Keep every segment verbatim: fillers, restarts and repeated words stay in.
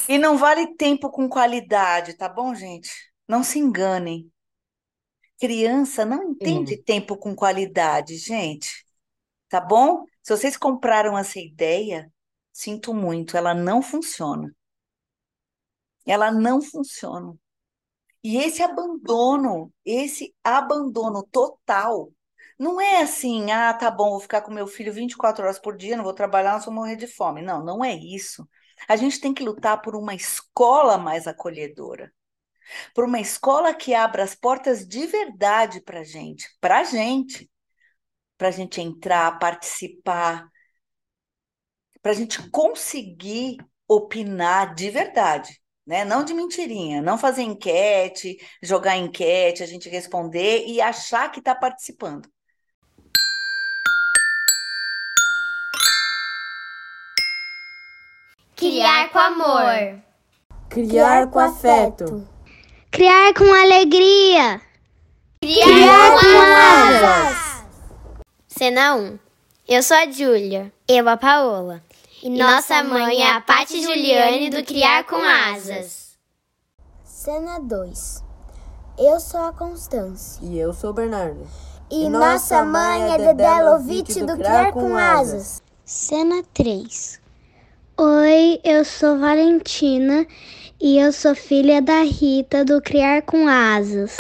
E não vale tempo com qualidade, tá bom, gente? Não se enganem. Criança não entende É, tempo com qualidade, gente. Tá bom? Se vocês compraram essa ideia, sinto muito, ela não funciona. Ela não funciona. E esse abandono, esse abandono total, não é assim, ah, tá bom, vou ficar com meu filho vinte e quatro horas por dia, não vou trabalhar, não vou morrer de fome. Não, não é isso. A gente tem que lutar por uma escola mais acolhedora, por uma escola que abra as portas de verdade para gente, para gente, para a gente entrar, participar, para a gente conseguir opinar de verdade, né? Não de mentirinha, não fazer enquete, jogar enquete, a gente responder e achar que está participando. Criar com amor. Criar com afeto. Criar com alegria. Criar Criar com com asas. asas. Cena um. Eu sou a Júlia. Eu a Paola. E nossa mãe é a Paty Juliane do Criar com Asas. Cena dois. Eu sou a Constância. e eu sou o Bernardo. E, nossa mãe é Dedé Lovitch do Criar com Asas. Cena três. Oi, eu sou Valentina e eu sou filha da Rita do Criar com Asas.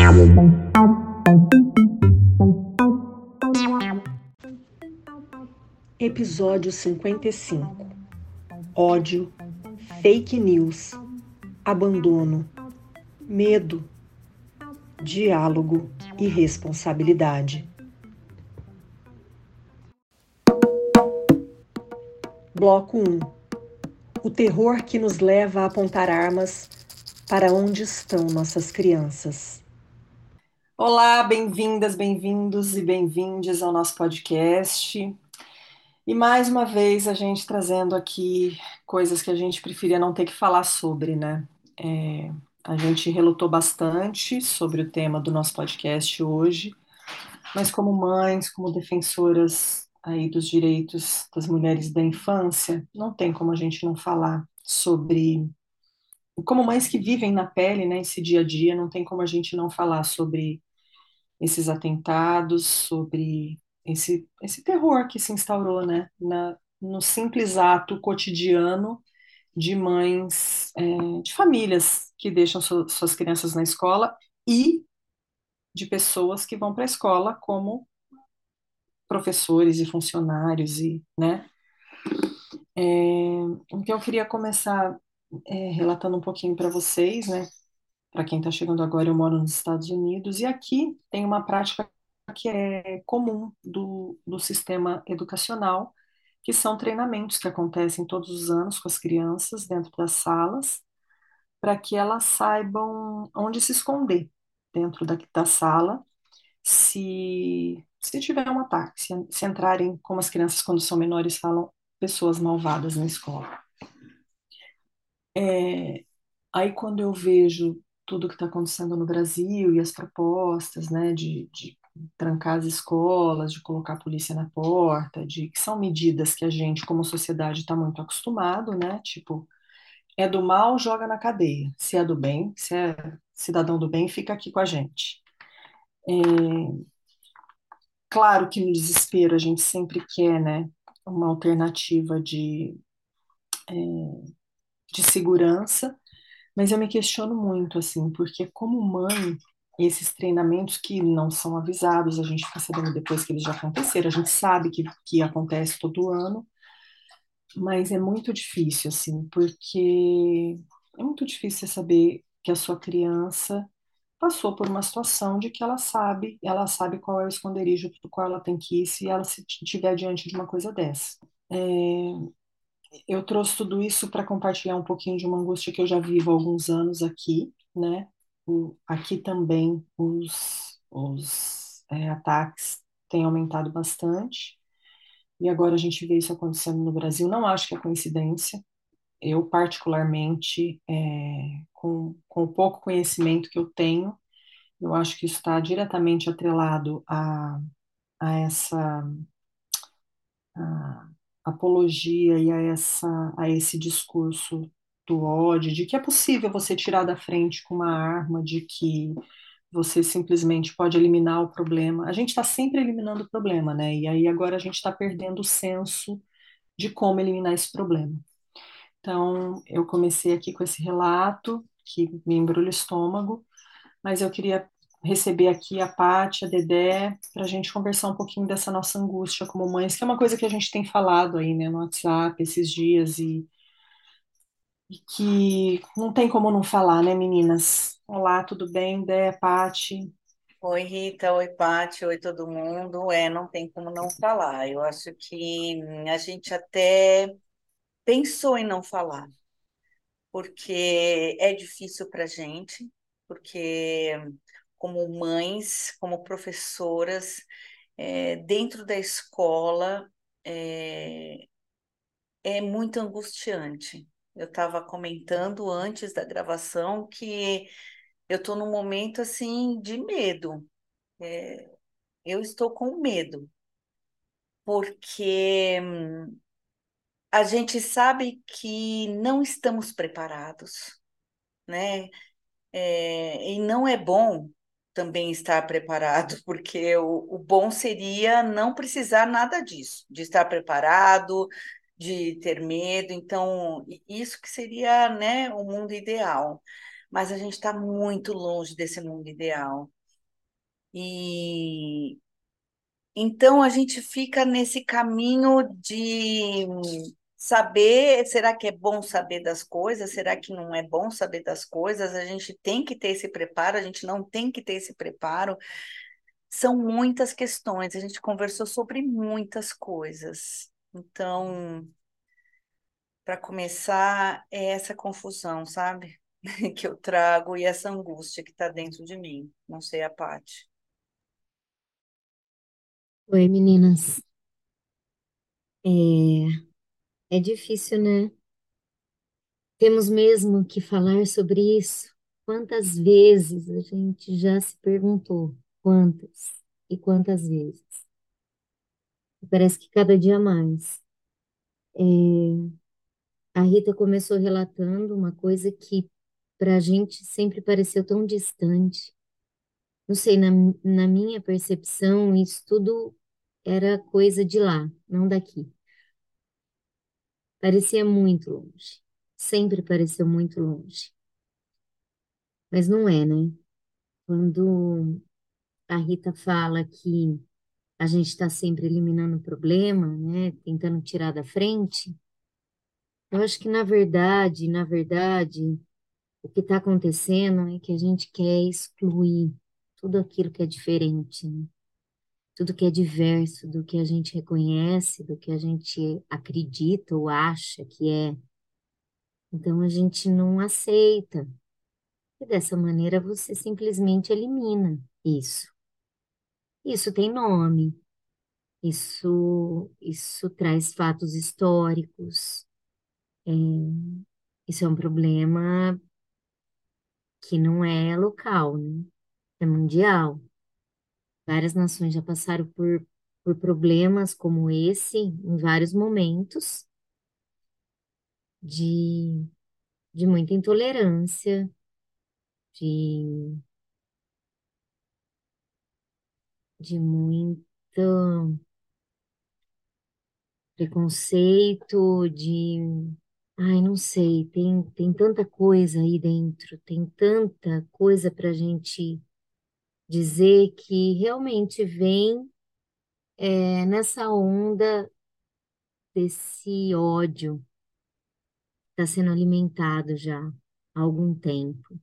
Episódio cinquenta e cinco. Ódio, fake news, abandono, medo, diálogo e responsabilidade. Bloco um. O terror que nos leva a apontar armas para onde estão nossas crianças. Olá, bem-vindas, bem-vindos e bem-vindes ao nosso podcast. E mais uma vez a gente trazendo aqui coisas que a gente preferia não ter que falar sobre, né? É, a gente relutou bastante sobre o tema do nosso podcast hoje, mas como mães, como defensoras aí dos direitos das mulheres da infância, não tem como a gente não falar sobre, como mães que vivem na pele, né, esse dia a dia, não tem como a gente não falar sobre esses atentados, sobre esse, esse terror que se instaurou, né, na, no simples ato cotidiano de mães, é, de famílias que deixam su- suas crianças na escola e de pessoas que vão para a escola como professores e funcionários e, né? É, então eu queria começar é, relatando um pouquinho para vocês, né? Para quem está chegando agora, eu moro nos Estados Unidos e aqui tem uma prática que é comum do, do sistema educacional, que são treinamentos que acontecem todos os anos com as crianças dentro das salas, para que elas saibam onde se esconder dentro da, da sala, se, se tiver um ataque, se, se entrarem, como as crianças, quando são menores, falam pessoas malvadas na escola. É, aí, quando eu vejo tudo que está acontecendo no Brasil e as propostas, né, de, de trancar as escolas, de colocar a polícia na porta, de que são medidas que a gente, como sociedade, está muito acostumado, né? Tipo, é do mal, joga na cadeia. Se é do bem, se é cidadão do bem, fica aqui com a gente. É, claro que no desespero a gente sempre quer, né, uma alternativa de, de segurança. Mas eu me questiono muito, assim, porque como mãe, esses treinamentos que não são avisados, a gente fica sabendo depois que eles já aconteceram, a gente sabe que, que acontece todo ano, mas é muito difícil, assim, porque é muito difícil você saber que a sua criança passou por uma situação de que ela sabe, ela sabe qual é o esconderijo do qual ela tem que ir se ela se estiver diante de uma coisa dessa. É, eu trouxe tudo isso para compartilhar um pouquinho de uma angústia que eu já vivo há alguns anos aqui, né? O- aqui também os, os é, ataques têm aumentado bastante, e agora a gente vê isso acontecendo no Brasil. Não acho que é coincidência. Eu, particularmente, é, com, com o pouco conhecimento que eu tenho, eu acho que isso está diretamente atrelado a, a essa a apologia e a, essa, a esse discurso do ódio, de que é possível você tirar da frente com uma arma, de que você simplesmente pode eliminar o problema. A gente está sempre eliminando o problema, né? E aí agora a gente está perdendo o senso de como eliminar esse problema. Então, eu comecei aqui com esse relato que me embrulha o estômago, mas eu queria receber aqui a Paty, a Dedé, para a gente conversar um pouquinho dessa nossa angústia como mães, que é uma coisa que a gente tem falado aí, né, no WhatsApp esses dias e, e que não tem como não falar, né, meninas? Olá, tudo bem, Dé, Paty? Oi, Rita, oi, Paty, oi, todo mundo. É, não tem como não falar. Eu acho que hum, a gente até pensou em não falar, porque é difícil para a gente, porque como mães, como professoras, é, dentro da escola, é, é muito angustiante. Eu estava comentando antes da gravação que eu estou num momento assim de medo. É, eu estou com medo, porque hum, a gente sabe que não estamos preparados, né? É, e não é bom também estar preparado, porque o, o bom seria não precisar nada disso, de estar preparado, de ter medo. Então, i- isso que seria, né, o mundo ideal. Mas a gente está muito longe desse mundo ideal. E então a gente fica nesse caminho de saber, será que é bom saber das coisas? Será que não é bom saber das coisas? A gente tem que ter esse preparo, a gente não tem que ter esse preparo. São muitas questões, a gente conversou sobre muitas coisas. Então, para começar, é essa confusão, sabe? Que eu trago e essa angústia que está dentro de mim. Não sei a parte. Oi, meninas. É, é difícil, né? Temos mesmo que falar sobre isso. Quantas vezes a gente já se perguntou? Quantas e quantas vezes? Parece que cada dia mais. É, a Rita começou relatando uma coisa que para a gente sempre pareceu tão distante. Não sei, na, na minha percepção, isso tudo era coisa de lá, não daqui. Parecia muito longe. Sempre pareceu muito longe. Mas não é, né? Quando a Rita fala que a gente está sempre eliminando o problema, né? Tentando tirar da frente, eu acho que na verdade, na verdade, o que está acontecendo é que a gente quer excluir tudo aquilo que é diferente, né? Tudo que é diverso do que a gente reconhece, do que a gente acredita ou acha que é. Então a gente não aceita. E dessa maneira você simplesmente elimina isso. Isso tem nome, isso, isso traz fatos históricos, é, isso é um problema que não é local, né? É mundial. Várias nações já passaram por, por problemas como esse em vários momentos de, de muita intolerância, de, de muito preconceito, de ai, não sei, tem, tem tanta coisa aí dentro, tem tanta coisa para a gente dizer que realmente vem é, nessa onda desse ódio que está sendo alimentado já há algum tempo.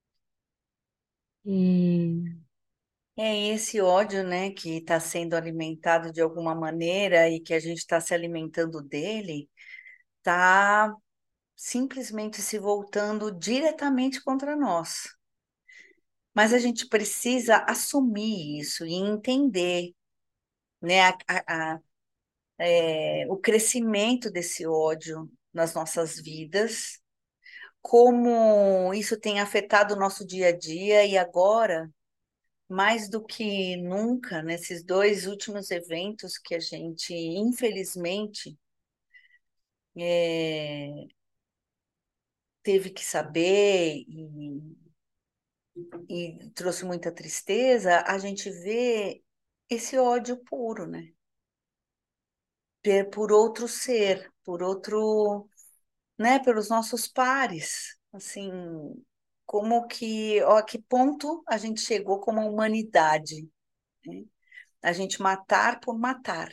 É, É esse ódio, né, que está sendo alimentado de alguma maneira e que a gente está se alimentando dele, está simplesmente se voltando diretamente contra nós. Mas a gente precisa assumir isso e entender, né, a- a- a- é, o crescimento desse ódio nas nossas vidas, como isso tem afetado o nosso dia a dia e agora mais do que nunca, nesses dois últimos eventos que a gente, infelizmente, é, teve que saber e, e trouxe muita tristeza, a gente vê esse ódio puro, né? Por por outro ser, por outro, né? Pelos nossos pares, assim, como que, ó, a que ponto a gente chegou como humanidade, né? A gente matar por matar,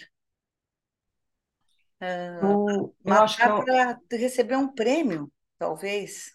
Eu, eu acho que matar eu, para receber um prêmio, talvez.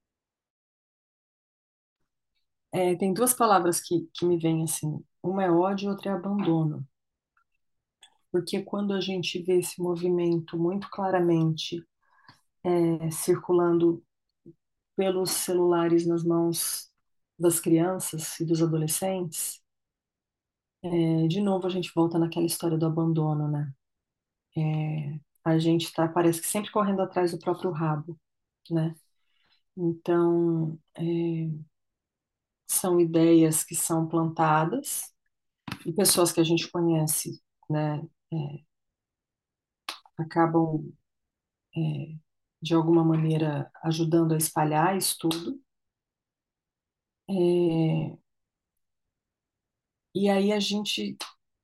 é, tem duas palavras que, que me vêm assim. Uma é ódio e outra é abandono. Porque quando a gente vê esse movimento muito claramente é, circulando pelos celulares nas mãos das crianças e dos adolescentes, é, de novo a gente volta naquela história do abandono, né? É, a gente está, parece que sempre correndo atrás do próprio rabo, né? Então, é, são ideias que são plantadas e pessoas que a gente conhece, né, é, acabam, é, de alguma maneira, ajudando a espalhar isso tudo. É, e aí a gente,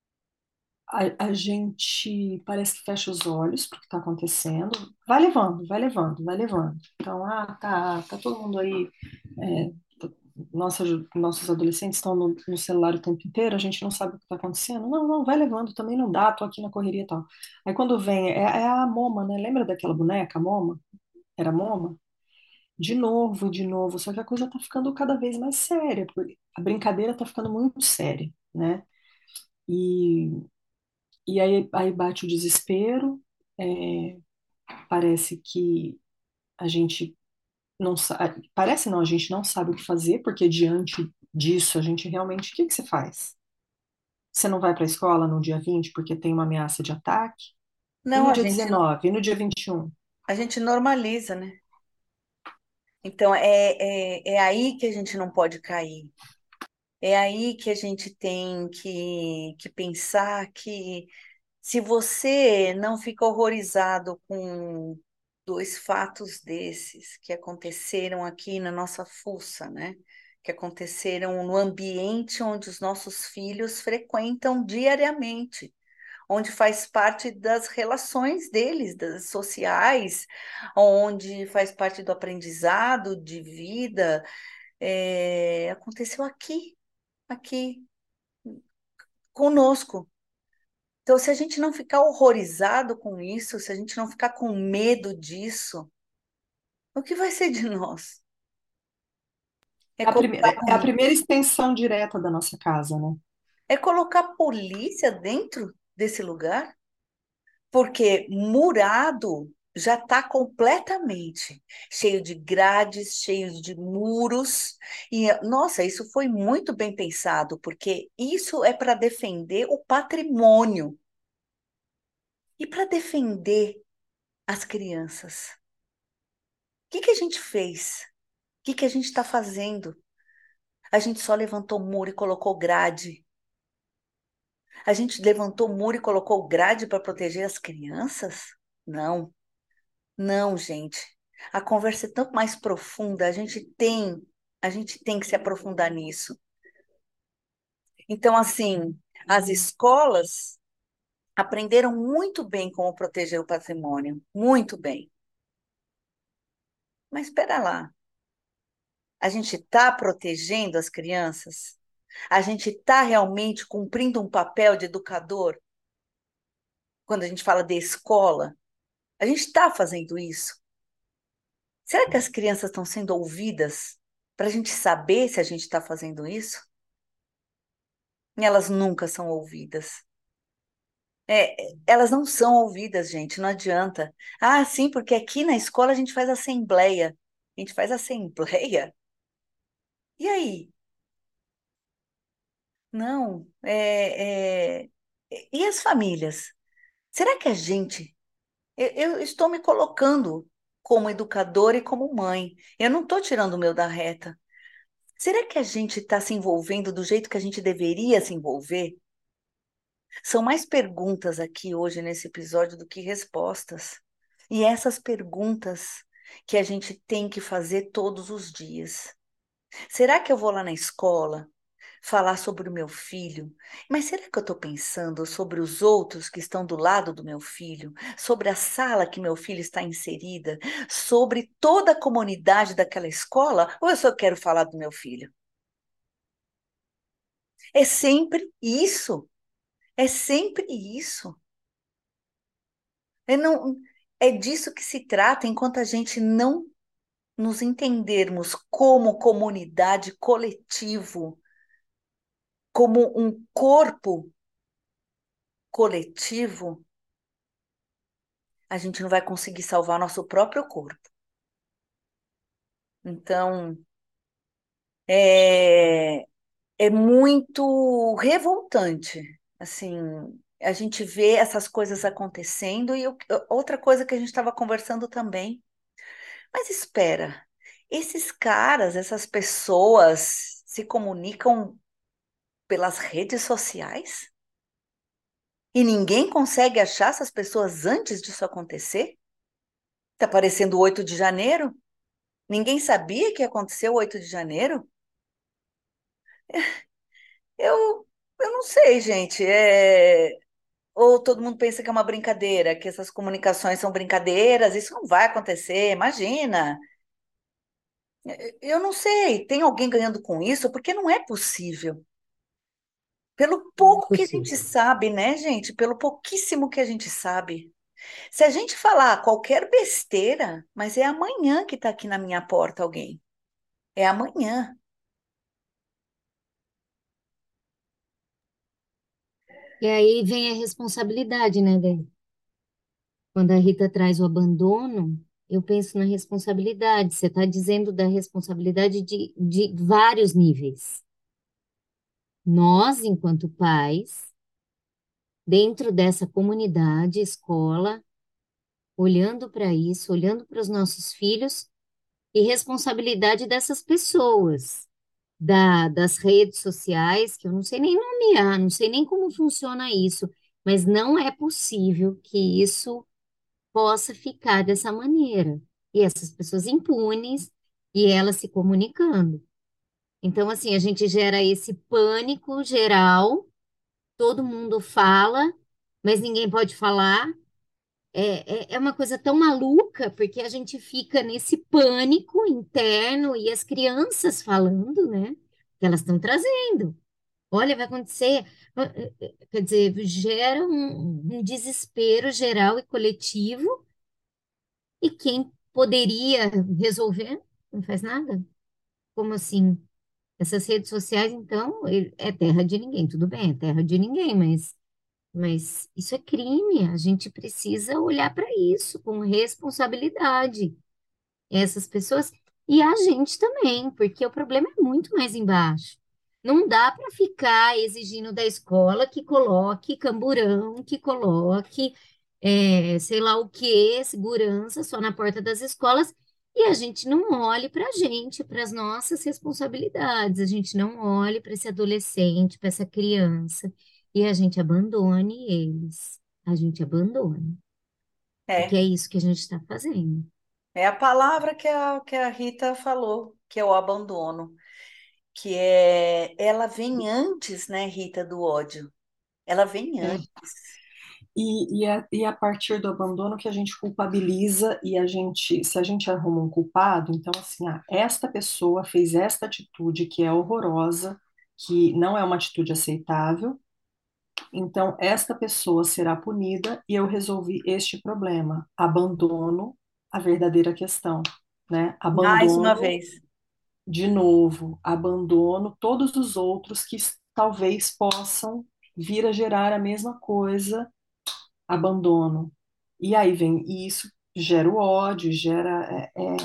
a, a gente parece que fecha os olhos para o que está acontecendo, vai levando, vai levando, vai levando. Então, ah, tá, tá todo mundo aí, é, t- nossa, nossos adolescentes estão no, no celular o tempo inteiro, a gente não sabe o que está acontecendo. Não, não, vai levando, também não dá, tô aqui na correria e tal. Aí quando vem, é, é a Moma, né? Lembra daquela boneca, a Moma? Era a Moma? De novo, de novo, só que a coisa tá ficando cada vez mais séria, porque a brincadeira tá ficando muito séria, né? E, e aí, aí bate o desespero, é, parece que a gente não sabe, parece não, a gente não sabe o que fazer, porque diante disso a gente realmente, o que que você faz? Você não vai para a escola no dia vinte porque tem uma ameaça de ataque? E Não, no a dia gente, dezenove? E no dia vinte e um? a gente normaliza, né? Então, é, é, é aí que a gente não pode cair. É aí que a gente tem que, que pensar que se você não fica horrorizado com dois fatos desses que aconteceram aqui na nossa fuça, né? Que aconteceram no ambiente onde os nossos filhos frequentam diariamente, onde faz parte das relações deles, das sociais, onde faz parte do aprendizado de vida, é, aconteceu aqui, aqui conosco. Então, se a gente não ficar horrorizado com isso, se a gente não ficar com medo disso, o que vai ser de nós? É É a primeira, colocar, é a primeira extensão direta da nossa casa, né? é colocar polícia dentro desse lugar? Porque murado já está completamente cheio de grades, cheio de muros. E, nossa, isso foi muito bem pensado, porque isso é para defender o patrimônio e para defender as crianças. O que que a gente fez? O que que a gente está fazendo? A gente só levantou muro e colocou grade. A gente levantou muro e colocou grade para proteger as crianças? Não. Não, gente. A conversa é tão mais profunda. A gente tem, a gente tem que se aprofundar nisso. Então, assim, as escolas aprenderam muito bem como proteger o patrimônio, muito bem. Mas espera lá, a gente está protegendo as crianças? A gente está realmente cumprindo um papel de educador? Quando a gente fala de escola, a gente está fazendo isso? Será que as crianças estão sendo ouvidas para a gente saber se a gente está fazendo isso? Elas nunca são ouvidas. É, elas não são ouvidas, gente, não adianta. Ah, sim, porque aqui na escola a gente faz assembleia. A gente faz assembleia? E aí? Não. É, é... E as famílias? Será que a gente. Eu, eu estou me colocando como educadora e como mãe. Eu não estou tirando o meu da reta. Será que a gente está se envolvendo do jeito que a gente deveria se envolver? São mais perguntas aqui hoje nesse episódio do que respostas. E essas perguntas que a gente tem que fazer todos os dias. Será que eu vou lá na escola falar sobre o meu filho? Mas será que eu estou pensando sobre os outros que estão do lado do meu filho? Sobre a sala que meu filho está inserida? Sobre toda a comunidade daquela escola? Ou eu só quero falar do meu filho? É sempre isso. É sempre isso. É, não, é disso que se trata enquanto a gente não nos entendermos como comunidade, coletivo, como um corpo coletivo, a gente não vai conseguir salvar nosso próprio corpo. Então, é, é muito revoltante, assim, a gente vê essas coisas acontecendo e o- outra coisa que a gente estava conversando também. Mas espera, esses caras, essas pessoas se comunicam pelas redes sociais? E ninguém consegue achar essas pessoas antes disso acontecer? Tá parecendo o oito de janeiro? Ninguém sabia que ia acontecer o oito de janeiro? Eu, eu não sei, gente. É... Ou todo mundo pensa que é uma brincadeira, que essas comunicações são brincadeiras, isso não vai acontecer, imagina. Eu não sei, tem alguém ganhando com isso? Porque não é possível. Pelo Não é pouco que a gente possível. sabe, né, gente? Pelo pouquíssimo que a gente sabe. Se a gente falar qualquer besteira, mas é amanhã que está aqui na minha porta alguém. É amanhã. E aí vem a responsabilidade, né, Dé? Quando a Rita traz o abandono, eu penso na responsabilidade. Você está dizendo da responsabilidade de, de vários níveis. Nós, enquanto pais, dentro dessa comunidade, escola, olhando para isso, olhando para os nossos filhos, e responsabilidade dessas pessoas, da, das redes sociais, que eu não sei nem nomear, não sei nem como funciona isso, mas não é possível que isso possa ficar dessa maneira. E essas pessoas impunes e elas se comunicando. Então, assim, a gente gera esse pânico geral, todo mundo fala, mas ninguém pode falar. É, é, é uma coisa tão maluca, porque a gente fica nesse pânico interno e as crianças falando, né? Que elas estão trazendo. Olha, vai acontecer. Ah, eh, eh, Quer dizer, gera um, um desespero geral e coletivo. E quem poderia resolver não faz nada. Como assim? Essas redes sociais, então, ele- é terra de ninguém. Tudo bem, é terra de ninguém, mas, mas isso é crime. A gente precisa olhar para isso com responsabilidade. Essas pessoas e a gente também, porque o problema é muito mais embaixo. Não dá para ficar exigindo da escola que coloque camburão, que coloque, é, sei lá o que, segurança só na porta das escolas, e a gente não olhe para a gente, para as nossas responsabilidades, a gente não olhe para esse adolescente, para essa criança, e a gente abandone eles. A gente abandone, porque é É, isso que a gente está fazendo. é a palavra que a, que a Rita falou, que é o abandono, que é, ela vem antes, né, Rita, do ódio. Ela vem É. antes. E, e, é, e é a partir do abandono que a gente culpabiliza e a gente, se a gente arruma um culpado, então assim, ah, esta pessoa fez esta atitude que é horrorosa, que não é uma atitude aceitável, então esta pessoa será punida e eu resolvi este problema. Abandono a verdadeira questão, né? Mais uma Abandono vez. de novo, abandono todos os outros que talvez possam vir a gerar a mesma coisa, abandono. E aí vem e isso, gera o ódio, gera é, é,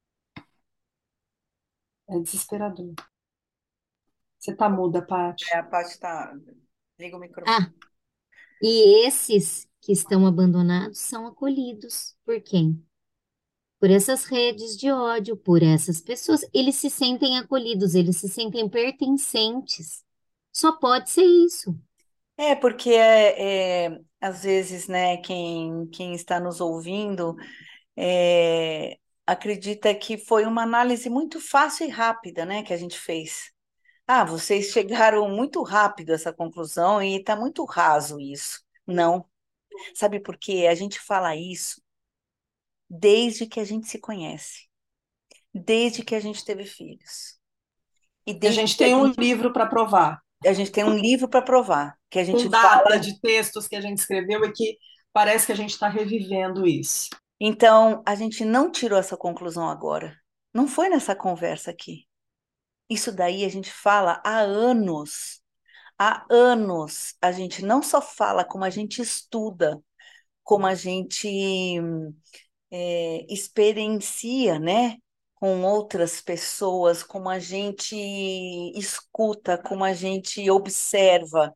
é desesperador. Você tá muda, É, Paty? a Paty tá. Liga o Ah, microfone. e esses que estão abandonados são acolhidos por quem? Por essas redes de ódio, por essas pessoas. Eles se sentem acolhidos, eles se sentem pertencentes. Só pode ser isso. É, porque é, é, às vezes, né, quem, quem está nos ouvindo é, acredita que foi uma análise muito fácil e rápida, né, que a gente fez. Ah, vocês chegaram muito rápido a essa conclusão e está muito raso isso. Não. Sabe por quê? A gente fala isso desde que a gente se conhece, desde que a gente teve filhos. E E a desde gente que a tem um gente, livro para provar, a gente tem um livro para provar, que a com gente data fala. de textos que a gente escreveu e que parece que a gente está revivendo isso. Então, a gente não tirou essa conclusão agora. Não foi nessa conversa aqui. Isso daí a gente fala há anos. Há anos. A gente não só fala, como a gente estuda, como a gente é, experiencia, né? Com outras pessoas, como a gente escuta, como a gente observa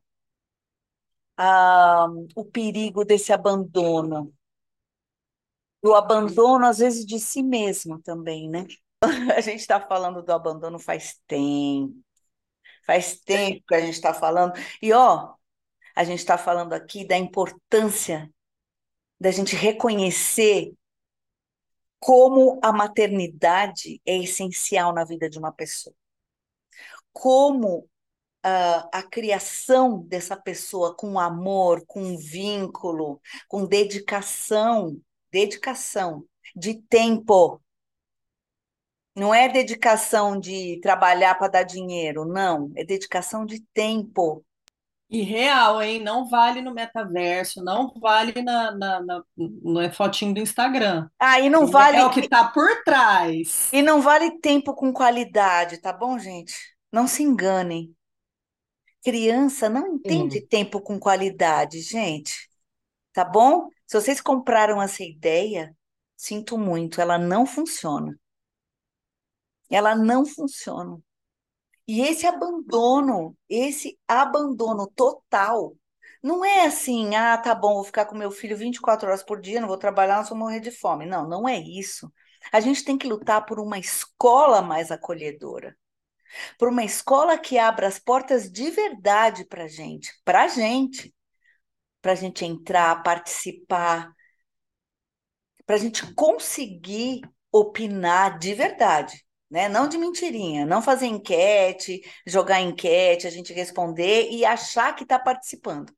ah, o perigo desse abandono. O abandono, às vezes, de si mesmo também, né? A gente está falando do abandono faz tempo, faz tempo que a gente está falando. E, ó, a gente está falando aqui da importância da gente reconhecer como a maternidade é essencial na vida de uma pessoa. Como ah, a criação dessa pessoa com amor, com vínculo, com dedicação, dedicação de tempo. Não é dedicação de trabalhar para dar dinheiro, não. É dedicação de tempo. E real, hein? Não vale no metaverso, não vale na, na, na, no fotinho do Instagram. Ah, e não É o vale, que está por trás. e não vale tempo com qualidade, tá bom, gente? Não se enganem. Criança não entende É. tempo com qualidade, gente. Tá bom? Se vocês compraram essa ideia, sinto muito, ela não funciona. Ela não funciona. E esse abandono, esse abandono total, não é assim, ah, tá bom, vou ficar com meu filho vinte e quatro horas por dia, não vou trabalhar, não vou morrer de fome. Não, não é isso. A gente tem que lutar por uma escola mais acolhedora, por uma escola que abra as portas de verdade para gente, para gente, para gente entrar, participar, para a gente conseguir opinar de verdade, né? Não de mentirinha, não fazer enquete, jogar enquete, a gente responder e achar que está participando.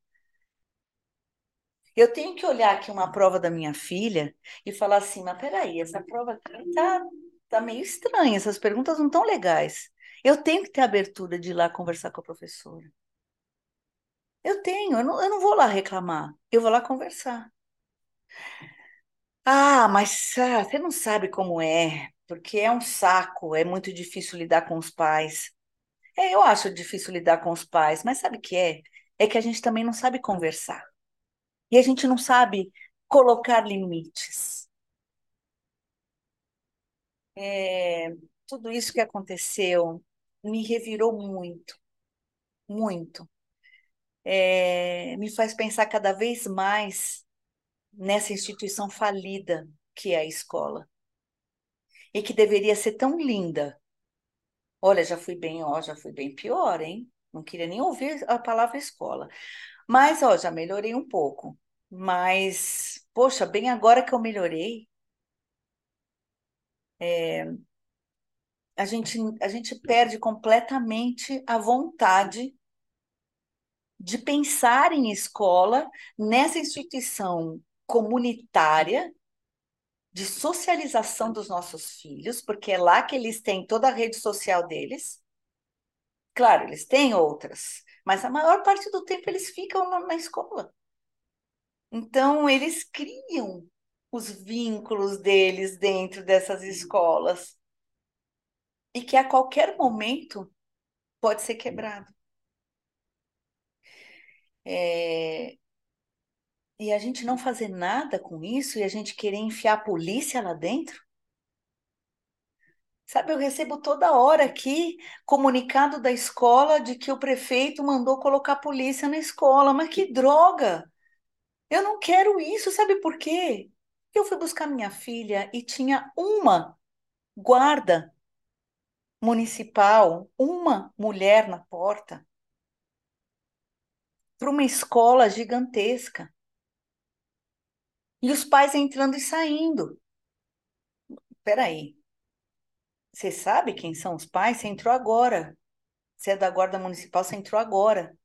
Eu tenho que olhar aqui uma prova da minha filha e falar assim, mas peraí, essa prova aqui tá, tá meio estranha, essas perguntas não estão legais. Eu tenho que ter abertura de ir lá conversar com a professora. Eu tenho, eu não, eu não vou lá reclamar, eu vou lá conversar. Ah, mas ah, você não sabe como é, porque é um saco, é muito difícil lidar com os pais. É, eu acho difícil lidar com os pais, mas sabe o que é? É que a gente também não sabe conversar. E a gente não sabe colocar limites. É, tudo isso que aconteceu me revirou muito, muito. É, me faz pensar cada vez mais nessa instituição falida que é a escola. E que deveria ser tão linda. Olha, já fui bem, ó, já fui bem pior, hein? Não queria nem ouvir a palavra escola. Mas, ó, já melhorei um pouco. Mas, poxa, bem agora que eu melhorei, a gente, a gente perde completamente a vontade de pensar em escola nessa instituição comunitária de socialização dos nossos filhos, porque é lá que eles têm toda a rede social deles. Claro, eles têm outras, mas a maior parte do tempo eles ficam na, na escola. Então, eles criam os vínculos deles dentro dessas escolas e que a qualquer momento pode ser quebrado. É, E a gente não fazer nada com isso e a gente querer enfiar a polícia lá dentro? Sabe, eu recebo toda hora aqui comunicado da escola de que o prefeito mandou colocar a polícia na escola. Mas que droga! Eu não quero isso, sabe por quê? Eu fui buscar minha filha e tinha uma guarda municipal, uma mulher na porta, para uma escola gigantesca. E os pais entrando e saindo. peraí, você sabe quem são os pais? Você entrou agora. Você é da Guarda Municipal, você entrou agora.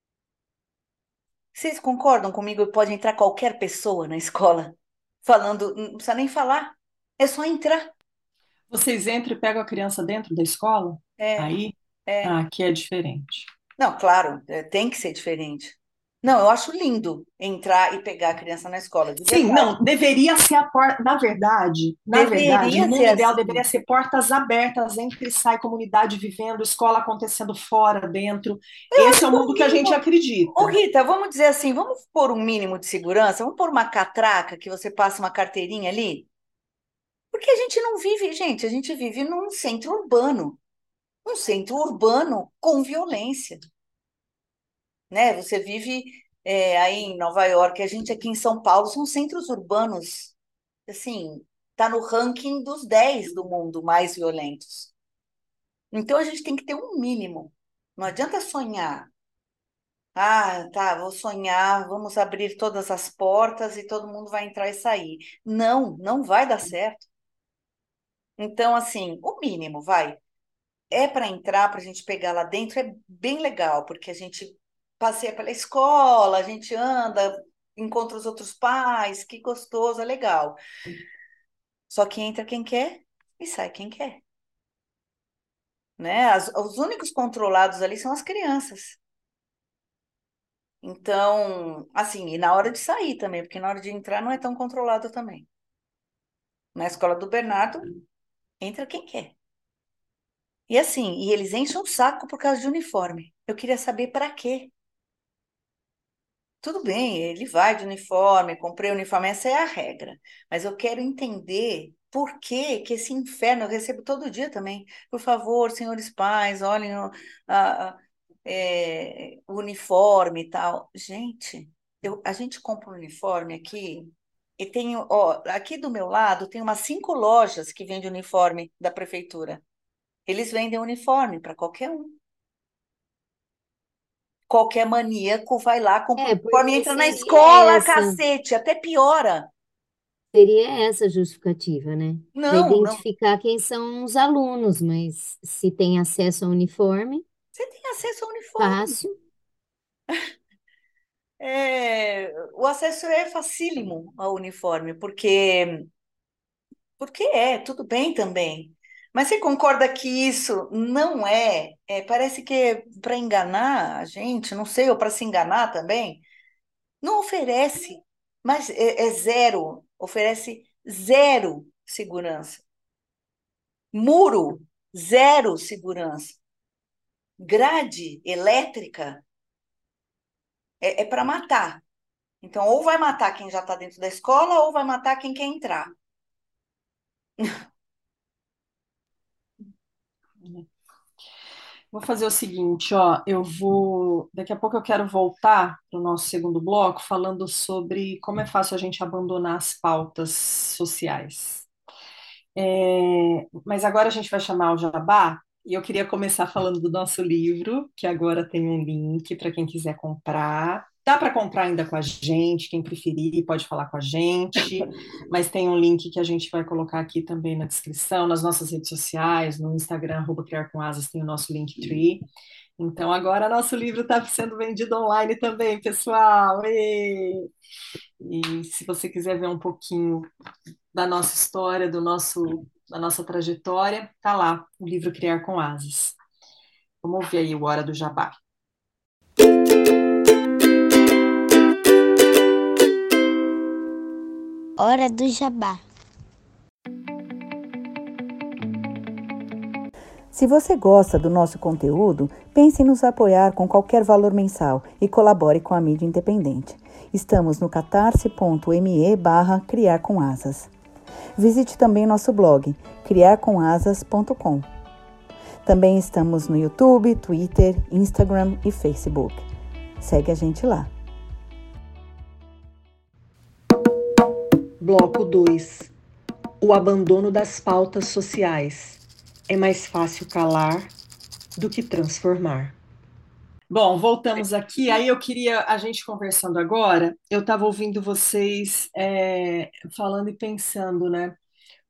Vocês concordam comigo? Pode entrar qualquer pessoa na escola falando, não precisa nem falar, é só entrar. Vocês entram e pegam a criança dentro da escola? É, Aí, é. ah, aqui é diferente. Não, claro, é, tem que ser diferente. Não, eu acho lindo entrar e pegar a criança na escola, de Sim, verdade. não, deveria ser a porta, na verdade, na verdade, no Deveria ser mundo ideal assim. deveria ser portas abertas, entre e sai, comunidade vivendo, escola acontecendo fora, dentro. Eu Esse acho é o que o mundo que a gente mínimo. Ô, acredita. Rita, vamos dizer assim, vamos pôr um mínimo de segurança, vamos pôr uma catraca que você passa uma carteirinha ali, porque a gente não vive, gente, a gente vive num centro urbano, um centro urbano com violência, né? Você vive é, aí em Nova York, a gente aqui em São Paulo, são centros urbanos, assim, tá no ranking dos dez do mundo mais violentos. Então a gente tem que ter um mínimo. Não adianta sonhar. Ah, tá, vou sonhar, vamos abrir todas as portas e todo mundo vai entrar e sair. Não, não vai dar certo. Então, assim, o mínimo, vai. É para entrar, para a gente pegar lá dentro, é bem legal, porque a gente passeia pela escola, a gente anda, encontra os outros pais, que gostoso, é legal. Só que entra quem quer e sai quem quer, né? As- os únicos controlados ali são as crianças. Então, assim, e na hora de sair também, porque na hora de entrar não é tão controlado também. Na escola do Bernardo, entra quem quer. E assim, e eles enchem o saco por causa de uniforme. Eu queria saber para quê. Tudo bem, ele vai de uniforme, comprei uniforme, essa é a regra. Mas eu quero entender por que que esse inferno eu recebo todo dia também. Por favor, senhores pais, olhem o, a- a- é, o uniforme e tal. Gente, eu, a gente compra um uniforme aqui e tem, ó, aqui do meu lado tem umas cinco lojas que vendem uniforme da prefeitura. Eles vendem uniforme para qualquer um. Qualquer maníaco vai lá, compra o É, uniforme e porque entra na seria escola, essa, cacete, até piora. seria essa a justificativa, né? Para Não, não. identificar quem são os alunos, mas se tem acesso ao uniforme, Você tem acesso ao uniforme. fácil. É, o acesso é facílimo ao uniforme, porque, porque é, tudo bem também. Mas você concorda que isso não é, é, parece que é para enganar a gente, não sei, ou para se enganar também? Não oferece, mas é, é zero, oferece zero segurança. Muro, zero segurança. Grade elétrica é, é para matar. Então, ou vai matar quem já está dentro da escola, ou vai matar quem quer entrar. Vou fazer o seguinte, ó, eu vou, daqui a pouco eu quero voltar para o nosso segundo bloco falando sobre como é fácil a gente abandonar as pautas sociais. É, mas agora a gente vai chamar o Jabá e eu queria começar falando do nosso livro, que agora tem um link para quem quiser comprar. Dá para comprar ainda com a gente, quem preferir pode falar com a gente, mas tem um link que a gente vai colocar aqui também na descrição, nas nossas redes sociais, no Instagram, arroba Criar com Asas, tem o nosso Linktree. Então agora nosso livro está sendo vendido online também, pessoal! Ê! E se você quiser ver um pouquinho da nossa história, do nosso, da nossa trajetória, tá lá, o livro Criar com Asas. Vamos ouvir aí o Hora do Jabá. Hora do Jabá. Se você gosta do nosso conteúdo, pense em nos apoiar com qualquer valor mensal e colabore com a mídia independente. Estamos no catarse.me barra criar com asas. Visite também nosso blog, criar com asas ponto com. Também estamos no YouTube, Twitter, Instagram e Facebook. Segue a gente lá. Bloco dois. O abandono das pautas sociais. É mais fácil calar do que transformar. Bom, voltamos aqui. Aí eu queria, a gente conversando agora, eu estava ouvindo vocês é, falando e pensando, né?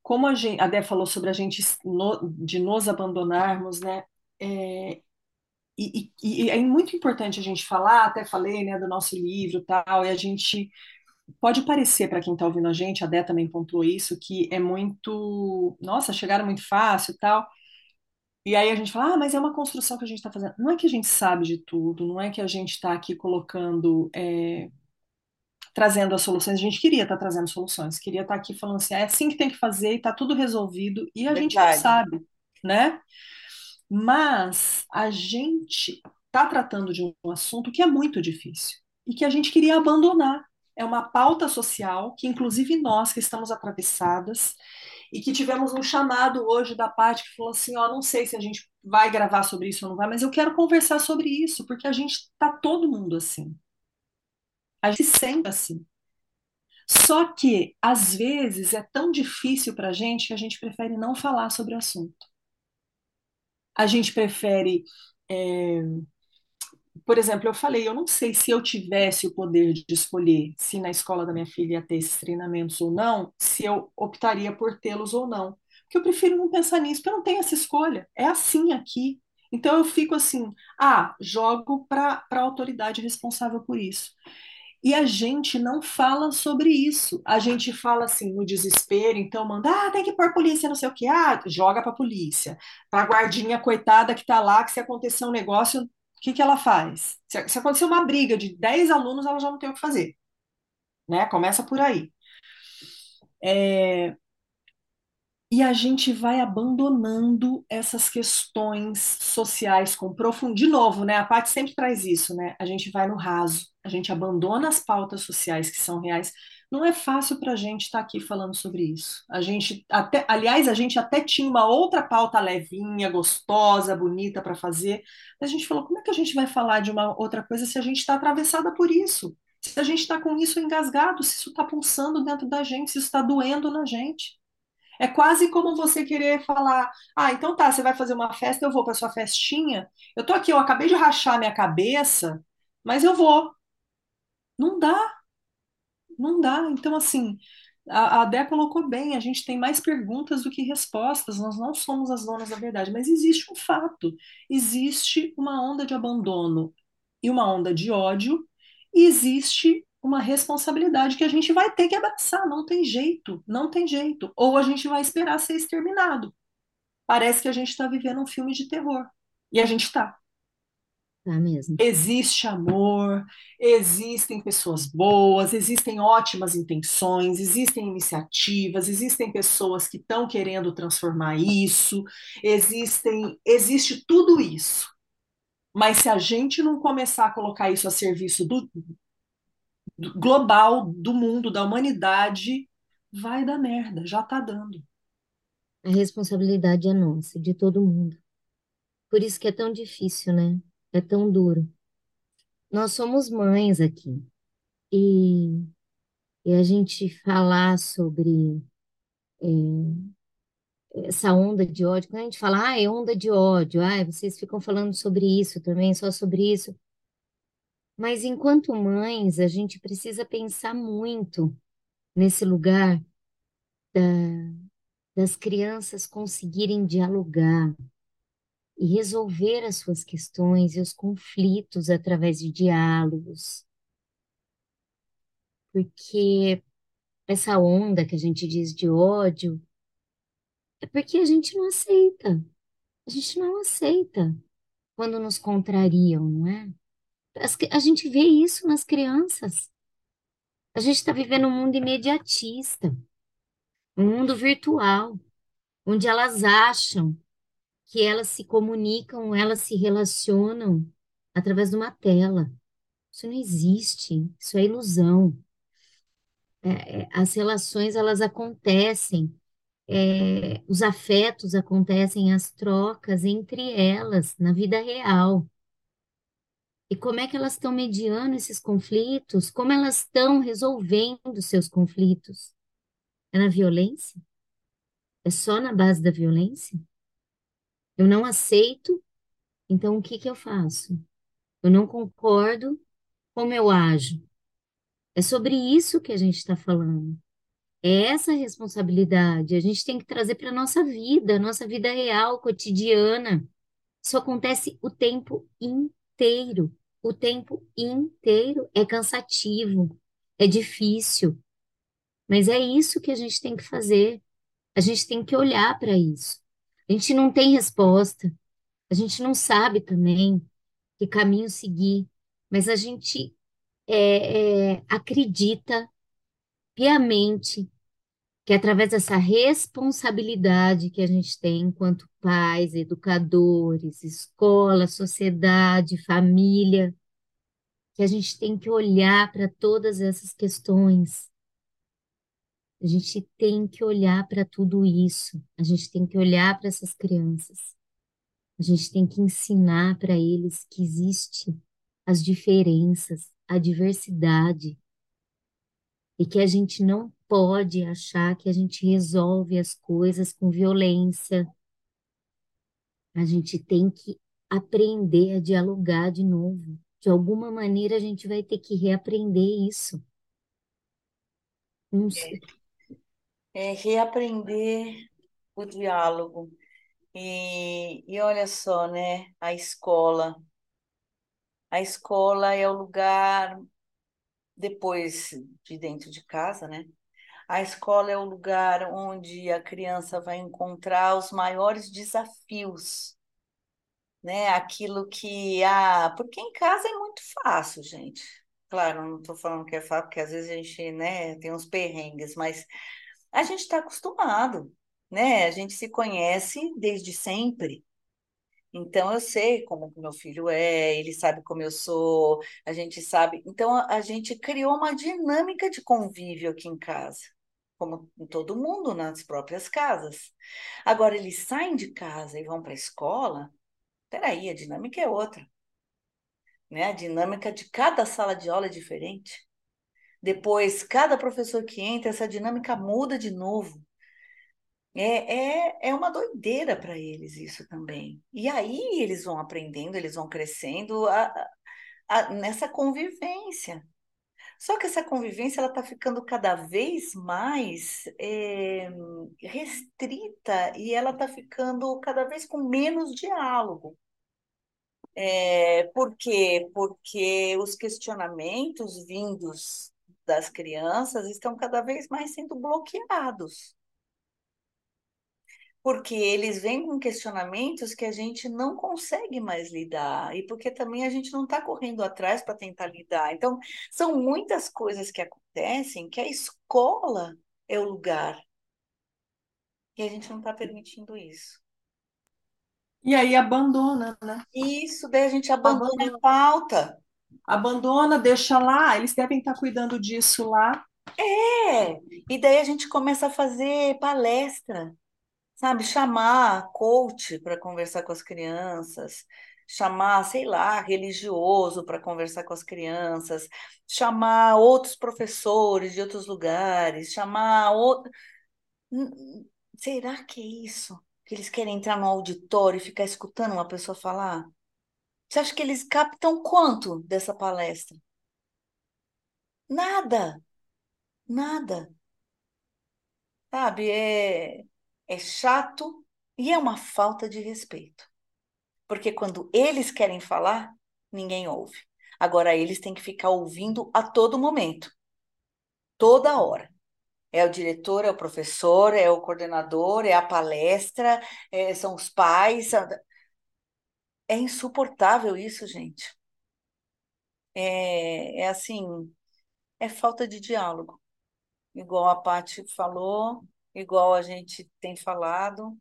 como a gente, a Dé falou sobre a gente no- de nos abandonarmos, né? É, e, e- e é muito importante a gente falar, até falei, né, do nosso livro e tal, e a gente pode parecer para quem está ouvindo a gente, a Dé também pontuou isso, que é muito, nossa, chegaram muito fácil e tal. E aí a gente fala, ah, mas é uma construção que a gente está fazendo. Não é que a gente sabe de tudo, não é que a gente está aqui colocando, é, trazendo as soluções. A gente queria estar trazendo soluções, queria estar aqui falando assim, "Ah, é assim que tem que fazer e está tudo resolvido, e a gente não Verdade. sabe, né? Mas a gente está tratando de um assunto que é muito difícil e que a gente queria abandonar. É uma pauta social que, inclusive, nós que estamos atravessadas e que tivemos um chamado hoje da parte que falou assim: ó, não sei se a gente vai gravar sobre isso ou não vai, mas eu quero conversar sobre isso, porque a gente está todo mundo assim. A gente se sente assim. Só que, às vezes, é tão difícil para a gente que a gente prefere não falar sobre o assunto. A gente prefere. é, Por exemplo, eu falei, eu não sei se eu tivesse o poder de escolher se na escola da minha filha ia ter esses treinamentos ou não, se eu optaria por tê-los ou não. Porque eu prefiro não pensar nisso, porque eu não tenho essa escolha. É assim aqui. Então eu fico assim, ah, jogo para a autoridade responsável por isso. E a gente não fala sobre isso. A gente fala assim no desespero, então manda, ah, tem que pôr polícia, não sei o quê. Ah, joga para a polícia. Para a guardinha coitada que está lá, que se acontecer um negócio, o que que ela faz? Se, se acontecer uma briga de dez alunos, ela já não tem o que fazer, né? Começa por aí. É, e a gente vai abandonando essas questões sociais com profundidade. De novo, né? A Paty sempre traz isso, né? A gente vai no raso, a gente abandona as pautas sociais que são reais. Não é fácil para a gente estar aqui falando sobre isso. A gente até, aliás, a gente até tinha uma outra pauta levinha, gostosa, bonita para fazer, mas a gente falou, como é que a gente vai falar de uma outra coisa se a gente está atravessada por isso? Se a gente está com isso engasgado, se isso está pulsando dentro da gente, se isso está doendo na gente. É quase como você querer falar: ah, então tá, você vai fazer uma festa, eu vou para sua festinha. Eu tô aqui, eu acabei de rachar minha cabeça, mas eu vou. Não dá, não dá. Então, assim, a, a Dé colocou bem: a gente tem mais perguntas do que respostas, nós não somos as donas da verdade, mas existe um fato: existe uma onda de abandono e uma onda de ódio, e existe uma responsabilidade que a gente vai ter que abraçar, não tem jeito, não tem jeito. Ou a gente vai esperar ser exterminado. Parece que a gente está vivendo um filme de terror. E a gente está. Tá mesmo. Existe amor, existem pessoas boas, existem ótimas intenções, existem iniciativas, existem pessoas que estão querendo transformar isso, existem, existe tudo isso. Mas se a gente não começar a colocar isso a serviço do, do global, do mundo, da humanidade, vai dar merda, já está dando. A responsabilidade é nossa, de todo mundo. Por isso que é tão difícil, né? É tão duro. Nós somos mães aqui. E, e a gente falar sobre essa onda de ódio, quando a gente fala, ah, é onda de ódio, ah, vocês ficam falando sobre isso também, só sobre isso. Mas enquanto mães, a gente precisa pensar muito nesse lugar da, das crianças conseguirem dialogar e resolver as suas questões e os conflitos através de diálogos. Porque essa onda que a gente diz de ódio é porque a gente não aceita. A gente não aceita quando nos contrariam, não é? As que- a gente vê isso nas crianças. A gente está vivendo um mundo imediatista, um mundo virtual, onde elas acham que elas se comunicam, elas se relacionam através de uma tela. Isso não existe, isso é ilusão. É, é, as relações, elas acontecem, é, os afetos acontecem, as trocas entre elas na vida real. E como é que elas estão mediando esses conflitos? Como elas estão resolvendo seus conflitos? É na violência? É só na base da violência? Eu não aceito, então o que que eu faço? Eu não concordo, como eu ajo? É sobre isso que a gente está falando. É essa a responsabilidade. A gente tem que trazer para a nossa vida, nossa vida real, cotidiana. Isso acontece o tempo inteiro. O tempo inteiro é cansativo, é difícil, mas é isso que a gente tem que fazer. A gente tem que olhar para isso. A gente não tem resposta, a gente não sabe também que caminho seguir, mas a gente é, é, acredita piamente que através dessa responsabilidade que a gente tem enquanto pais, educadores, escola, sociedade, família, que a gente tem que olhar para todas essas questões. A gente tem que olhar para tudo isso. A gente tem que olhar para essas crianças. A gente tem que ensinar para eles que existe as diferenças, a diversidade, e que a gente não pode achar que a gente resolve as coisas com violência. A gente tem que aprender a dialogar de novo. De alguma maneira a gente vai ter que reaprender isso. Não sei. É reaprender o diálogo. E, e olha só, né? A escola. A escola é o lugar, depois de dentro de casa, né? A escola é o lugar onde a criança vai encontrar os maiores desafios, né? Aquilo que, ah, porque em casa é muito fácil, gente. Claro, não estou falando que é fácil, porque às vezes a gente, né, tem uns perrengues, mas a gente está acostumado, né? A gente se conhece desde sempre. Então eu sei como que meu filho é, ele sabe como eu sou, a gente sabe. Então a, a gente criou uma dinâmica de convívio aqui em casa, como em todo mundo nas próprias casas. Agora eles saem de casa e vão para a escola, peraí, a dinâmica é outra, né? A dinâmica de cada sala de aula é diferente. Depois, cada professor que entra, essa dinâmica muda de novo. É, é, é uma doideira para eles isso também. E aí eles vão aprendendo, eles vão crescendo a- a- a- nessa convivência. Só que essa convivência ela está ficando cada vez mais é, restrita e ela está ficando cada vez com menos diálogo. É, por quê? Porque os questionamentos vindos das crianças estão cada vez mais sendo bloqueados. Porque eles vêm com questionamentos que a gente não consegue mais lidar, e porque também a gente não está correndo atrás para tentar lidar. Então, são muitas coisas que acontecem que a escola é o lugar, e a gente não está permitindo isso. E aí abandona, né? E isso daí a gente abandona a Abandona, pauta. abandona, deixa lá, eles devem estar cuidando disso lá. É, e daí a gente começa a fazer palestra. Sabe, chamar coach para conversar com as crianças, chamar, sei lá, religioso para conversar com as crianças, chamar outros professores de outros lugares, chamar outro. Será que é isso? Que eles querem entrar no auditório e ficar escutando uma pessoa falar? Você acha que eles captam quanto dessa palestra? Nada, nada. Sabe, é, é chato e é uma falta de respeito. Porque quando eles querem falar, ninguém ouve. Agora eles têm que ficar ouvindo a todo momento, toda hora. É o diretor, é o professor, é o coordenador, é a palestra, é- são os pais. É insuportável isso, gente. É, é assim, é falta de diálogo. Igual a Paty falou, igual a gente tem falado.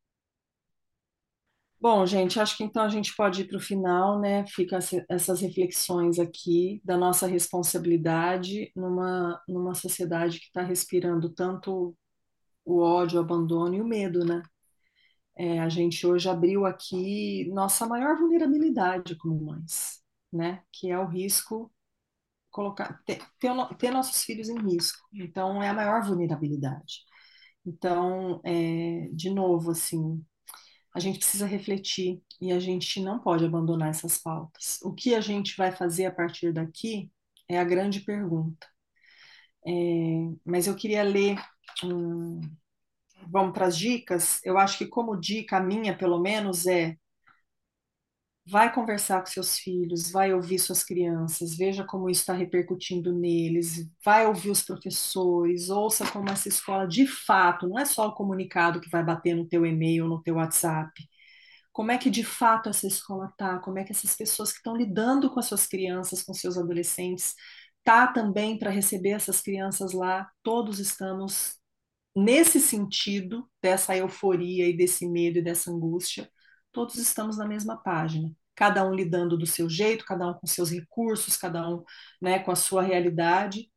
Bom, gente, acho que então a gente pode ir para o final, né? Fica essa- essas reflexões aqui da nossa responsabilidade numa, numa sociedade que está respirando tanto o ódio, o abandono e o medo, né? É, a gente hoje abriu aqui nossa maior vulnerabilidade como mães, né? Que é o risco colocar ter, ter, o no- ter nossos filhos em risco. Então é a maior vulnerabilidade. Então, é, de novo, assim, a gente precisa refletir e a gente não pode abandonar essas pautas. O que a gente vai fazer a partir daqui é a grande pergunta. É, mas eu queria ler Hum, vamos para as dicas? Eu acho que como dica, a minha pelo menos, é vai conversar com seus filhos, vai ouvir suas crianças, veja como isso está repercutindo neles, vai ouvir os professores, ouça como essa escola de fato, não é só o comunicado que vai bater no teu e-mail, no teu WhatsApp. Como é que de fato essa escola tá? Como é que essas pessoas que estão lidando com as suas crianças, com seus adolescentes, tá também para receber essas crianças lá? Todos estamos nesse sentido dessa euforia e desse medo e dessa angústia, todos estamos na mesma página. Cada um lidando do seu jeito, cada um com seus recursos, cada um, né, com a sua realidade.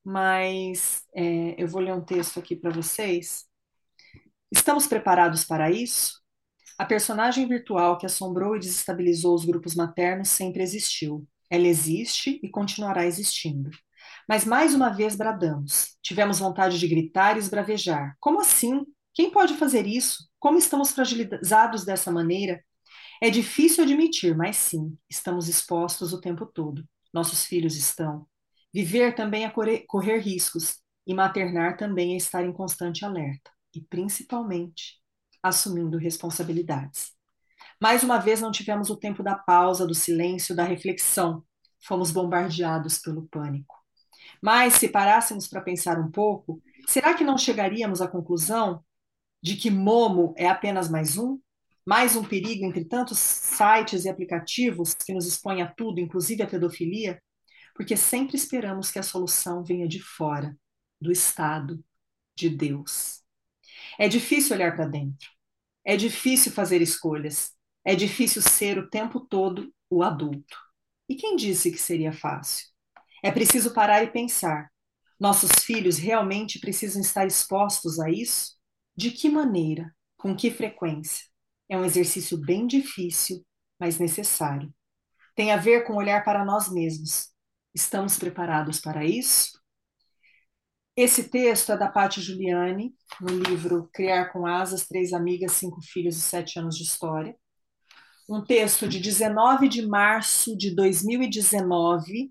Mas é, eu vou ler um texto aqui para vocês. Estamos preparados para isso? A personagem virtual que assombrou e desestabilizou os grupos maternos sempre existiu. Ela existe e continuará existindo. Mas mais uma vez bradamos. Tivemos vontade de gritar e esbravejar. Como assim? Quem pode fazer isso? Como estamos fragilizados dessa maneira? É difícil admitir, mas sim, estamos expostos o tempo todo. Nossos filhos estão. Viver também é correr, correr riscos, e maternar também é estar em constante alerta, e principalmente assumindo responsabilidades. Mais uma vez não tivemos o tempo da pausa, do silêncio, da reflexão. Fomos bombardeados pelo pânico. Mas se parássemos para pensar um pouco, será que não chegaríamos à conclusão de que Momo é apenas mais um? Mais um perigo entre tantos sites e aplicativos que nos expõem a tudo, inclusive a pedofilia? Porque sempre esperamos que a solução venha de fora, do Estado, de Deus. É difícil olhar para dentro. É difícil fazer escolhas. É difícil ser o tempo todo o adulto. E quem disse que seria fácil? É preciso parar e pensar. Nossos filhos realmente precisam estar expostos a isso? De que maneira? Com que frequência? É um exercício bem difícil, mas necessário. Tem a ver com olhar para nós mesmos. Estamos preparados para isso? Esse texto é da Paty Giuliani, no livro Criar com Asas, Três Amigas, Cinco Filhos e Sete Anos de História. Um texto de dezenove de março de dois mil e dezenove.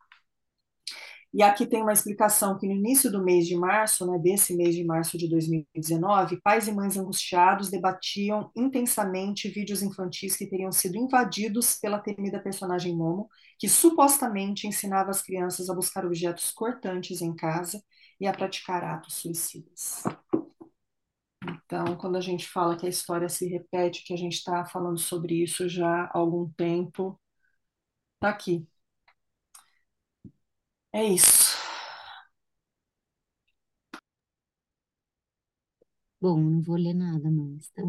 E aqui tem uma explicação que no início do mês de março, né, desse mês de março de dois mil e dezenove, pais e mães angustiados debatiam intensamente vídeos infantis que teriam sido invadidos pela temida personagem Momo, que supostamente ensinava as crianças a buscar objetos cortantes em casa e a praticar atos suicidas. Então, quando a gente fala que a história se repete, que a gente está falando sobre isso já há algum tempo, tá aqui. É isso. Bom, não vou ler nada mais, tá?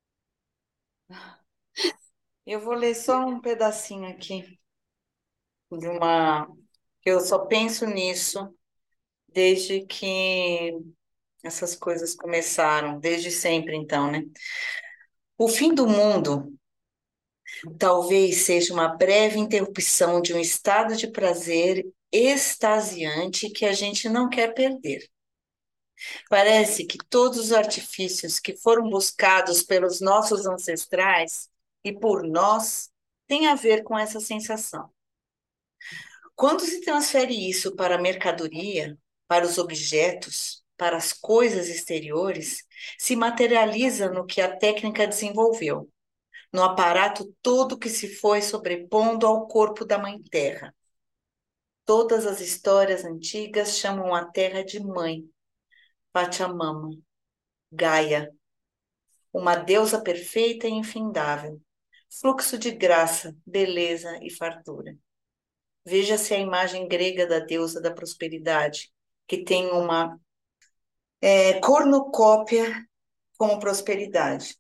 Eu vou ler só um pedacinho aqui de uma. Eu só penso nisso desde que essas coisas começaram, desde sempre, então, né? O fim do mundo talvez seja uma breve interrupção de um estado de prazer extasiante que a gente não quer perder. Parece que todos os artifícios que foram buscados pelos nossos ancestrais e por nós têm a ver com essa sensação. Quando se transfere isso para a mercadoria, para os objetos, para as coisas exteriores, se materializa no que a técnica desenvolveu, no aparato todo que se foi sobrepondo ao corpo da Mãe Terra. Todas as histórias antigas chamam a Terra de Mãe, Pachamama, Gaia, uma deusa perfeita e infindável, fluxo de graça, beleza e fartura. Veja-se a imagem grega da deusa da prosperidade, que tem uma é, cornucópia como prosperidade.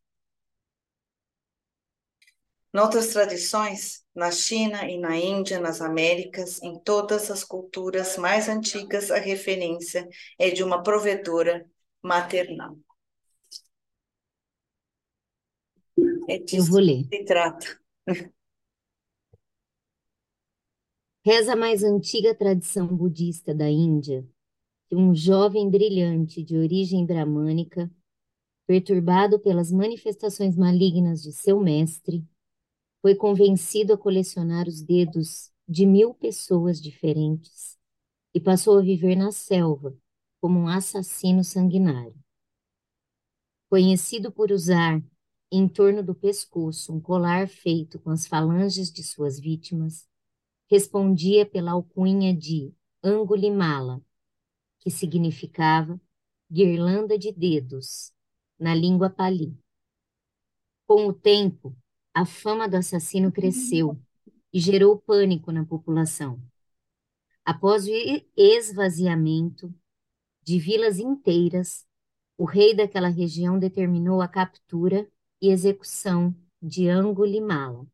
Noutras tradições, na China e na Índia, nas Américas, em todas as culturas mais antigas, a referência é de uma provedora maternal. É Eu disso vou ler. que se trata. Reza a mais antiga tradição budista da Índia, que um jovem brilhante de origem bramânica, perturbado pelas manifestações malignas de seu mestre, foi convencido a colecionar os dedos de mil pessoas diferentes e passou a viver na selva, como um assassino sanguinário. Conhecido por usar em torno do pescoço um colar feito com as falanges de suas vítimas, respondia pela alcunha de Angulimala, que significava guirlanda de dedos, na língua pali. Com o tempo, a fama do assassino cresceu e gerou pânico na população. Após o esvaziamento de vilas inteiras, o rei daquela região determinou a captura e execução de Angulimala.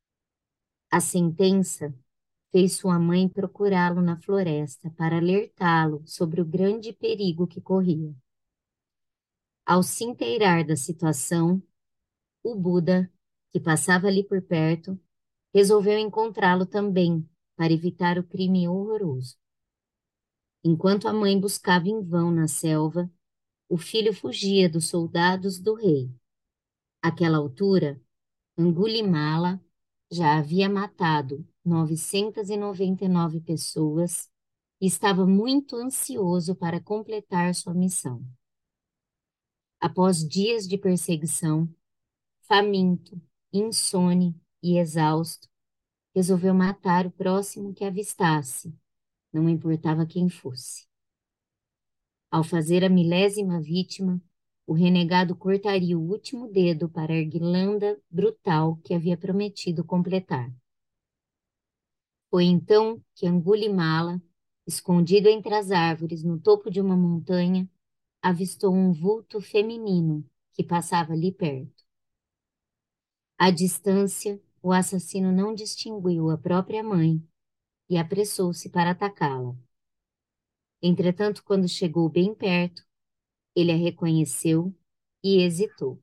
A sentença fez sua mãe procurá-lo na floresta para alertá-lo sobre o grande perigo que corria. Ao se inteirar da situação, o Buda, que passava ali por perto, resolveu encontrá-lo também para evitar o crime horroroso. Enquanto a mãe buscava em vão na selva, o filho fugia dos soldados do rei. Àquela altura, Angulimala já havia matado novecentas e noventa e nove pessoas e estava muito ansioso para completar sua missão. Após dias de perseguição, faminto, insone e exausto, resolveu matar o próximo que avistasse, não importava quem fosse. Ao fazer a milésima vítima, o renegado cortaria o último dedo para a guirlanda brutal que havia prometido completar. Foi então que Angulimala, escondido entre as árvores no topo de uma montanha, avistou um vulto feminino que passava ali perto. À distância, o assassino não distinguiu a própria mãe e apressou-se para atacá-la. Entretanto, quando chegou bem perto, ele a reconheceu e hesitou.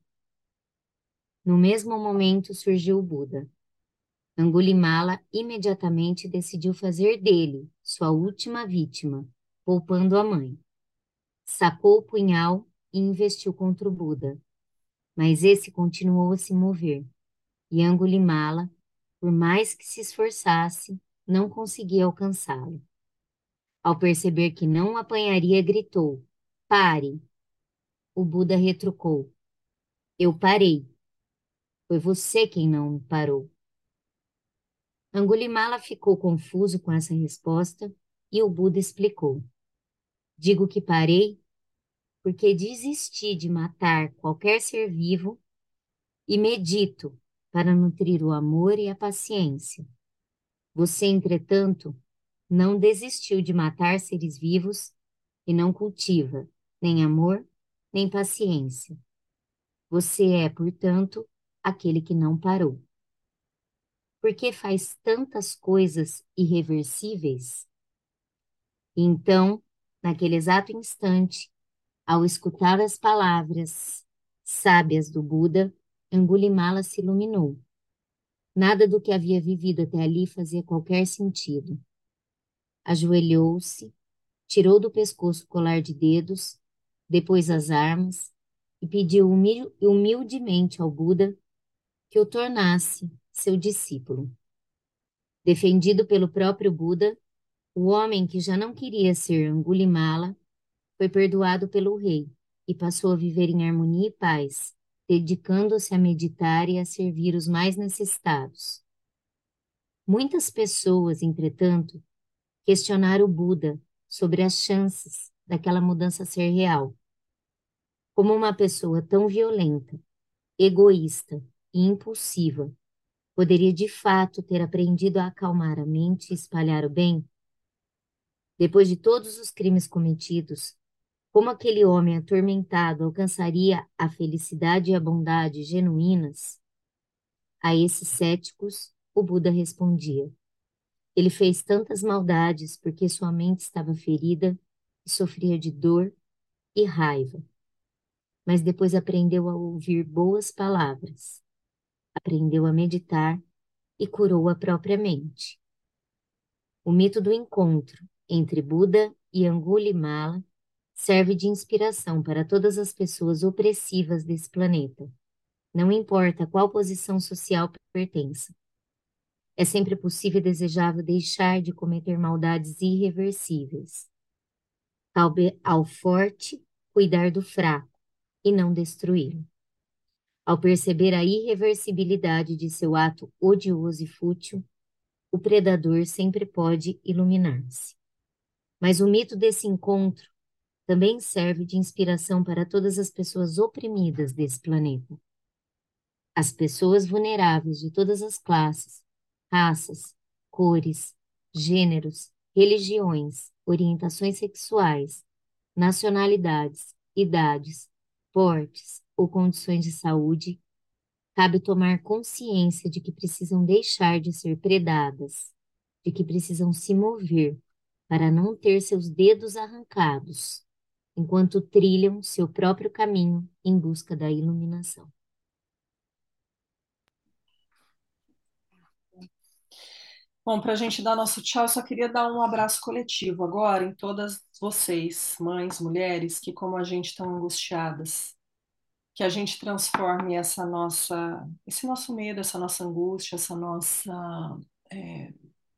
No mesmo momento surgiu o Buda. Angulimala imediatamente decidiu fazer dele sua última vítima, poupando a mãe. Sacou o punhal e investiu contra o Buda, mas esse continuou a se mover, e Angulimala, por mais que se esforçasse, não conseguia alcançá-lo. Ao perceber que não o apanharia, gritou: "Pare!" O Buda retrucou: "Eu parei. Foi você quem não parou." Angulimala ficou confuso com essa resposta e o Buda explicou: "Digo que parei porque desisti de matar qualquer ser vivo e medito para nutrir o amor e a paciência. Você, entretanto, não desistiu de matar seres vivos e não cultiva nem amor nem paciência. Você é, portanto, aquele que não parou. Por que faz tantas coisas irreversíveis?" Então, naquele exato instante, ao escutar as palavras sábias do Buda, Angulimala se iluminou. Nada do que havia vivido até ali fazia qualquer sentido. Ajoelhou-se, tirou do pescoço o colar de dedos, depois as armas e pediu humil- humildemente ao Buda que o tornasse seu discípulo. Defendido pelo próprio Buda, o homem que já não queria ser Angulimala foi perdoado pelo rei e passou a viver em harmonia e paz, dedicando-se a meditar e a servir os mais necessitados. Muitas pessoas, entretanto, questionaram o Buda sobre as chances daquela mudança ser real. Como uma pessoa tão violenta, egoísta e impulsiva poderia de fato ter aprendido a acalmar a mente e espalhar o bem? Depois de todos os crimes cometidos, como aquele homem atormentado alcançaria a felicidade e a bondade genuínas? A esses céticos, o Buda respondia: ele fez tantas maldades porque sua mente estava ferida e sofria de dor e raiva. Mas depois aprendeu a ouvir boas palavras, aprendeu a meditar e curou a própria mente. O mito do encontro entre Buda e Angulimala serve de inspiração para todas as pessoas opressivas desse planeta. Não importa a qual posição social pertença. É sempre possível e desejável deixar de cometer maldades irreversíveis. Cabe ao forte cuidar do fraco e não destruí-lo. Ao perceber a irreversibilidade de seu ato odioso e fútil, o predador sempre pode iluminar-se. Mas o mito desse encontro também serve de inspiração para todas as pessoas oprimidas desse planeta. As pessoas vulneráveis de todas as classes, raças, cores, gêneros, religiões, orientações sexuais, nacionalidades, idades, portes ou condições de saúde, cabe tomar consciência de que precisam deixar de ser predadas, de que precisam se mover para não ter seus dedos arrancados, enquanto trilham seu próprio caminho em busca da iluminação. Bom, para a gente dar nosso tchau, eu só queria dar um abraço coletivo agora em todas vocês, mães, mulheres, que como a gente estão angustiadas, que a gente transforme essa nossa, esse nosso medo, essa nossa angústia, essa nossa é,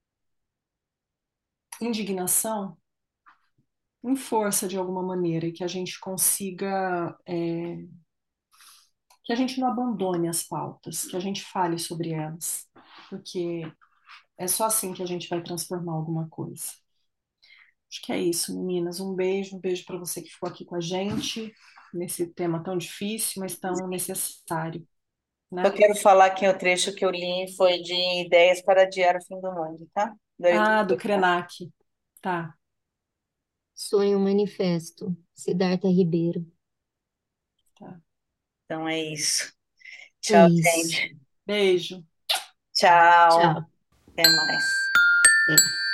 indignação em força de alguma maneira e que a gente consiga, é, que a gente não abandone as pautas, que a gente fale sobre elas, porque é só assim que a gente vai transformar alguma coisa. Acho que é isso, meninas. Um beijo, um beijo para você que ficou aqui com a gente nesse tema tão difícil, mas tão necessário, Eu né? quero falar que o trecho que eu li foi de Ideias para Adiar o Fim do Mundo, tá? Do Ayrton Ah, do Krenak. Krenak. Tá, Sonho Manifesto, Siddhartha Ribeiro. tá. Então é isso. É Tchau, isso. gente. Beijo. Tchau. Tchau. Até mais. É.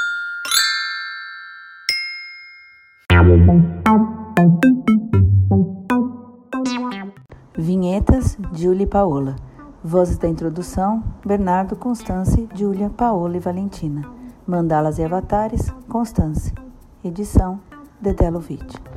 Vinhetas, Júlia e Paola. Vozes da introdução, Bernardo, Constance, Júlia, Paola e Valentina. Mandalas e avatares, Constance. Edição, Dedé Lovitch.